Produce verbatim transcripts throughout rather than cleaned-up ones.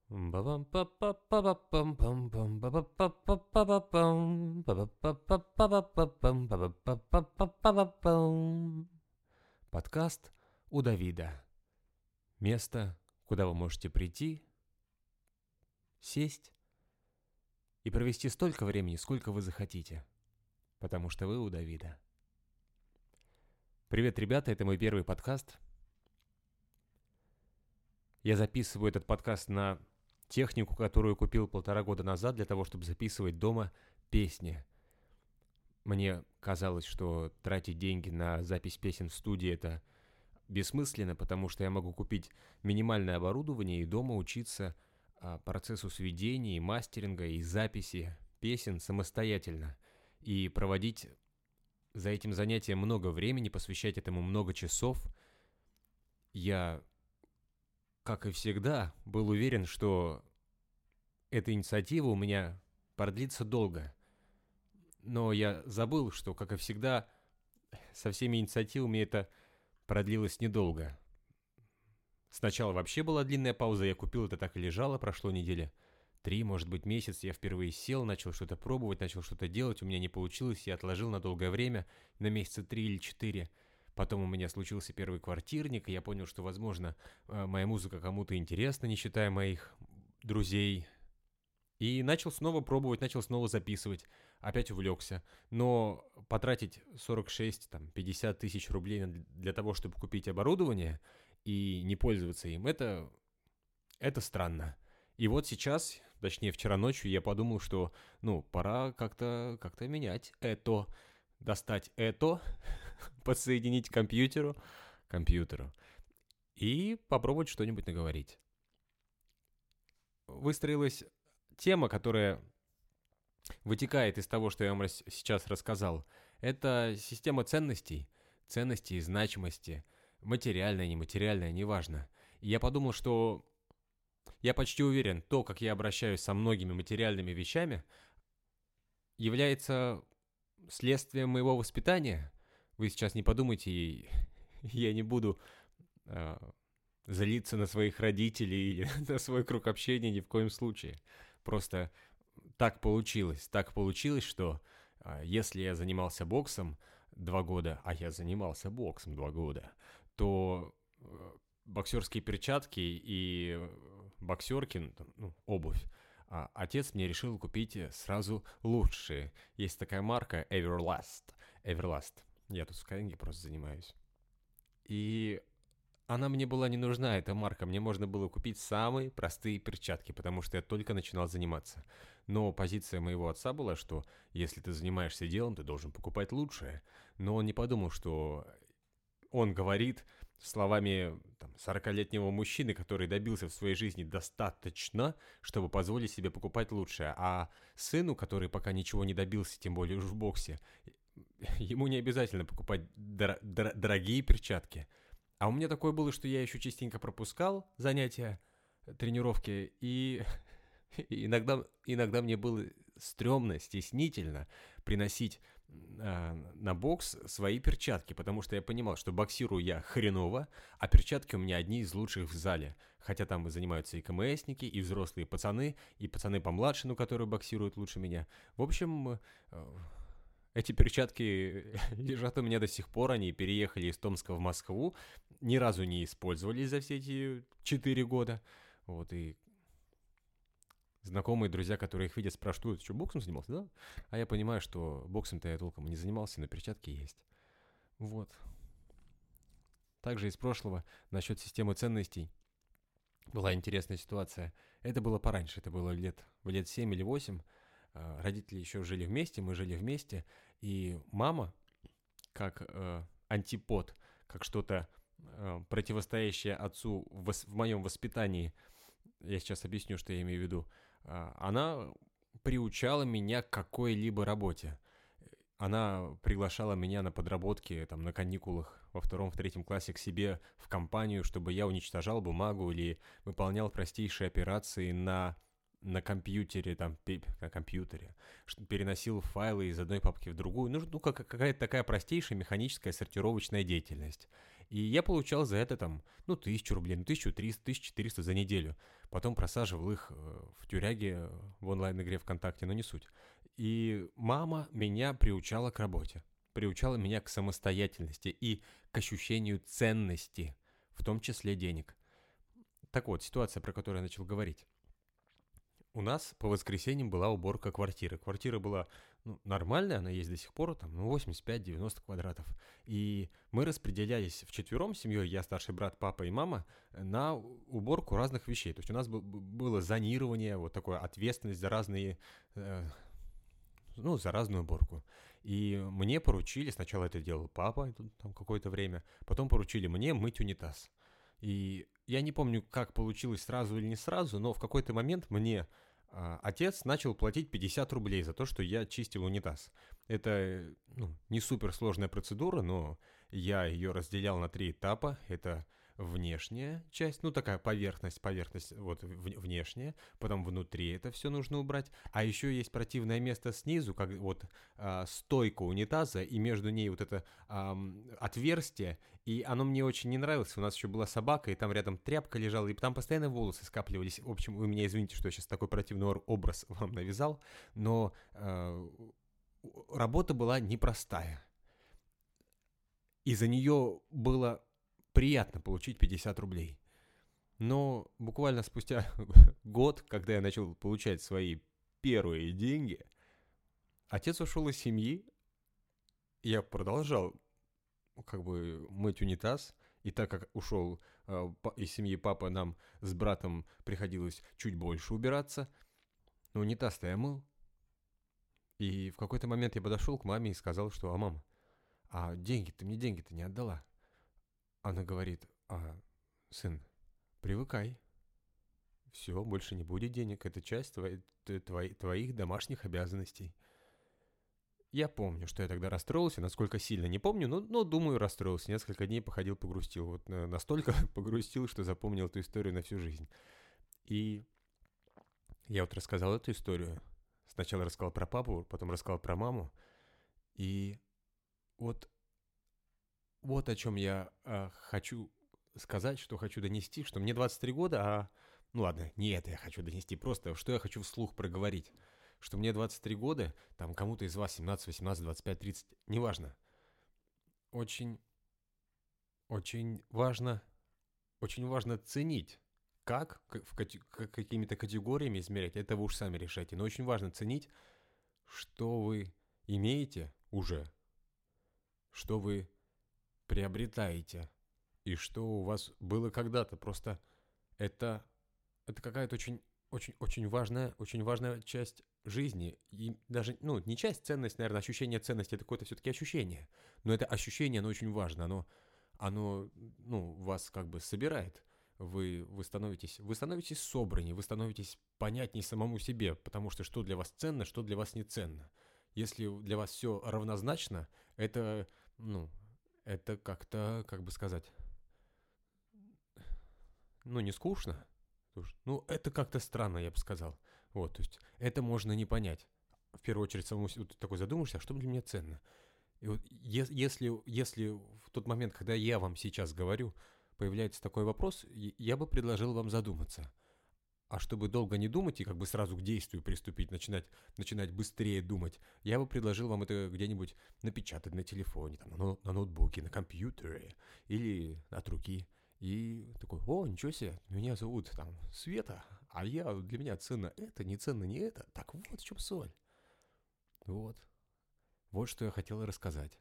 Ba-bum, ba-ba-ba-ba-bum, bum, bum, ba-ba-ba-ba-ba-bum, ba-ба-ба-ба-ба-бам, ба-ба-ба-ба-ба-бам. Подкаст у Давида. Место, куда вы можете прийти, сесть и провести столько времени, сколько вы захотите, потому что вы у Давида. Привет, ребята, это мой первый подкаст. Я записываю этот подкаст на технику, которую купил полтора года назад для того, чтобы записывать дома песни. Мне казалось, что тратить деньги на запись песен в студии – это бессмысленно, потому что я могу купить минимальное оборудование и дома учиться а, процессу сведения, и мастеринга и записи песен самостоятельно. И проводить за этим занятием много времени, посвящать этому много часов. Я, как и всегда, был уверен, что эта инициатива у меня продлится долго. Но я забыл, что, как и всегда, со всеми инициативами это продлилось недолго. Сначала вообще была длинная пауза, я купил это, так и лежало, прошло недели три, может быть, месяц. Я впервые сел, начал что-то пробовать, начал что-то делать, у меня не получилось, я отложил на долгое время, на месяца три или четыре. Потом у меня случился первый квартирник, и я понял, что, возможно, моя музыка кому-то интересна, не считая моих друзей. И начал снова пробовать, начал снова записывать, опять увлекся. Но потратить сорок шесть, там, пятьдесят тысяч рублей для того, чтобы купить оборудование и не пользоваться им, это, это странно. И вот сейчас, точнее вчера ночью, я подумал, что, ну, пора как-то, как-то менять это, достать это, подсоединить к компьютеру, компьютеру и попробовать что-нибудь наговорить. Выстроилась тема, которая вытекает из того, что я вам сейчас рассказал. Это система ценностей, ценностей и значимости, материальная, нематериальная, неважно. И я подумал, что я почти уверен, то, как я обращаюсь со многими материальными вещами, является следствием моего воспитания. Вы сейчас не подумайте, я не буду э, злиться на своих родителей или на свой круг общения ни в коем случае. Просто так получилось, так получилось, что э, если я занимался боксом два года, а я занимался боксом два года, то э, боксерские перчатки и боксерки, ну, обувь, а отец мне решил купить сразу лучшие. Есть такая марка Everlast. Everlast. Я тут в Skyeng просто занимаюсь. И она мне была не нужна, эта марка. Мне можно было купить самые простые перчатки, потому что я только начинал заниматься. Но позиция моего отца была, что если ты занимаешься делом, ты должен покупать лучшее. Но он не подумал, что он говорит словами там, сорокалетнего мужчины, который добился в своей жизни достаточно, чтобы позволить себе покупать лучшее. А сыну, который пока ничего не добился, тем более уж в боксе, ему не обязательно покупать дор- дор- дорогие перчатки. А у меня такое было, что я еще частенько пропускал занятия, тренировки, и иногда, иногда мне было стрёмно, стеснительно приносить э, на бокс свои перчатки, потому что я понимал, что боксирую я хреново, а перчатки у меня одни из лучших в зале. Хотя там занимаются и КМСники, и взрослые пацаны, и пацаны помладше, ну, которые боксируют лучше меня. В общем, э, эти перчатки лежат у меня до сих пор, они переехали из Томска в Москву, ни разу не использовались за все эти четыре года. Вот, и знакомые, друзья, которые их видят, спрашивают, что, боксом занимался, да? А я понимаю, что боксом-то я толком не занимался, но перчатки есть. Вот. Также из прошлого, насчет системы ценностей, была интересная ситуация. Это было пораньше, это было лет, в лет семь или восемь. Родители еще жили вместе, мы жили вместе. И мама, как э, антипод, как что-то э, противостоящее отцу в, в моем воспитании, я сейчас объясню, что я имею в виду, она приучала меня к какой-либо работе. Она приглашала меня на подработки там, на каникулах во втором, в третьем классе к себе в компанию, чтобы я уничтожал бумагу или выполнял простейшие операции на на компьютере, там, на компьютере, переносил файлы из одной папки в другую. Ну, ну как, какая-то такая простейшая механическая сортировочная деятельность. И я получал за это там, ну, тысячу рублей, ну, тысячу триста, тысячу четыреста за неделю. Потом просаживал их в тюряге в онлайн-игре ВКонтакте, но не суть. И мама меня приучала к работе, приучала меня к самостоятельности и к ощущению ценности, в том числе денег. Так вот, ситуация, про которую я начал говорить. У нас по воскресеньям была уборка квартиры. Квартира была ну, нормальная, она есть до сих пор, там, ну, восемьдесят пять девяносто квадратов. И мы распределялись вчетвером с семьей, я, старший брат, папа и мама, на уборку разных вещей. То есть у нас был, было зонирование, вот такое ответственность за разные, э, ну, за разную уборку. И мне поручили, сначала это делал папа там какое-то время, потом поручили мне мыть унитаз. И я не помню, как получилось сразу или не сразу, но в какой-то момент мне а, отец начал платить пятьдесят рублей за то, что я чистил унитаз. Это ну, не суперсложная процедура, но я ее разделял на три этапа. Это внешняя часть, ну такая поверхность, поверхность вот внешняя, потом внутри это все нужно убрать, а еще есть противное место снизу, как вот а, стойка унитаза, и между ней вот это а, отверстие, и оно мне очень не нравилось, у нас еще была собака, и там рядом тряпка лежала, и там постоянно волосы скапливались, в общем, вы меня извините, что я сейчас такой противный образ вам навязал, но а, работа была непростая, и за нее было приятно получить пятьдесят рублей. Но буквально спустя год, когда я начал получать свои первые деньги, отец ушел из семьи, я продолжал как бы мыть унитаз, и так как ушел э, из семьи папа, нам с братом приходилось чуть больше убираться, но унитаз-то я мыл. И в какой-то момент я подошел к маме и сказал, что «А, мам, а деньги, ты мне деньги-то не отдала?» Она говорит: «А, сын, привыкай. Все, больше не будет денег. Это часть твои, твои, твоих домашних обязанностей». Я помню, что я тогда расстроился, насколько сильно не помню, но, но думаю, расстроился. Несколько дней походил, погрустил. Вот настолько погрустил, что запомнил эту историю на всю жизнь. И я вот рассказал эту историю. Сначала рассказал про папу, потом рассказал про маму. И вот Вот о чем я э, хочу сказать, что хочу донести, что мне двадцать три года, а... Ну ладно, не это я хочу донести, просто что я хочу вслух проговорить. Что мне двадцать три года, там кому-то из вас семнадцать, восемнадцать, двадцать пять, тридцать, неважно. Очень, очень важно, очень важно ценить. Как, в, как какими-то категориями измерять, это вы уж сами решайте. Но очень важно ценить, что вы имеете уже, что вы приобретаете, и что у вас было когда-то. Просто это, это какая-то очень, очень, очень важная, очень важная часть жизни. И даже, ну, не часть, ценность, наверное, ощущение ценности, это какое-то все-таки ощущение. Но это ощущение, оно очень важно. Оно, оно, ну, вас как бы собирает. Вы, вы, становитесь, вы становитесь собраннее, вы становитесь понятнее самому себе, потому что что для вас ценно, что для вас не ценно. Если для вас все равнозначно, это, ну, это как-то, как бы сказать, ну, не скучно. Ну, это как-то странно, я бы сказал. Вот, то есть, это можно не понять. В первую очередь, самому вот, такой задумаешься, а что для меня ценно? И вот, если, если в тот момент, когда я вам сейчас говорю, появляется такой вопрос, я бы предложил вам задуматься. А чтобы долго не думать и как бы сразу к действию приступить, начинать, начинать быстрее думать, я бы предложил вам это где-нибудь напечатать на телефоне, там, на, на ноутбуке, на компьютере или от руки. И такой: о, ничего себе, меня зовут там Света, а я, для меня ценно это, не ценно не это. Так вот в чем соль. Вот. Вот что я хотел рассказать.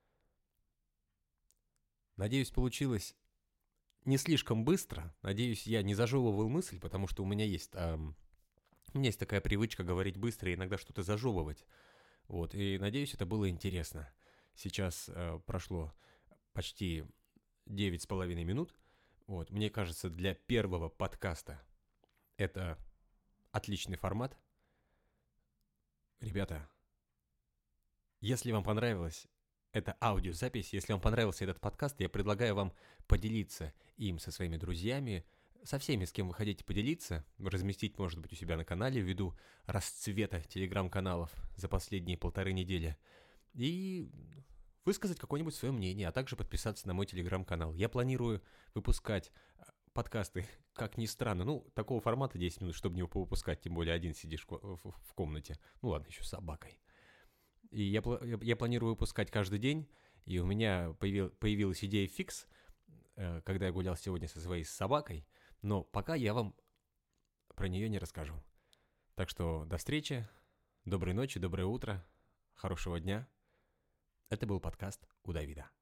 Надеюсь, получилось не слишком быстро. Надеюсь, я не зажевывал мысль, потому что у меня есть, эм, у меня есть такая привычка говорить быстро и иногда что-то зажевывать. Вот, и надеюсь, это было интересно. Сейчас э, прошло почти девять с половиной минут. Вот, мне кажется, для первого подкаста это отличный формат. Ребята, если вам понравилась эта аудиозапись, если вам понравился этот подкаст, я предлагаю вам поделиться им со своими друзьями, со всеми, с кем вы хотите поделиться, разместить, может быть, у себя на канале ввиду расцвета телеграм-каналов за последние полторы недели. И высказать какое-нибудь свое мнение, а также подписаться на мой телеграм-канал. Я планирую выпускать подкасты, как ни странно, ну, такого формата десять минут, чтобы не повыпускать, тем более один сидишь в, в, в комнате. Ну ладно, еще с собакой. И я, я, я планирую выпускать каждый день, и у меня появил, появилась идея фикс, э, когда я гулял сегодня со своей собакой, но пока я вам про нее не расскажу. Так что до встречи, доброй ночи, доброе утро, хорошего дня. Это был подкаст у Давида.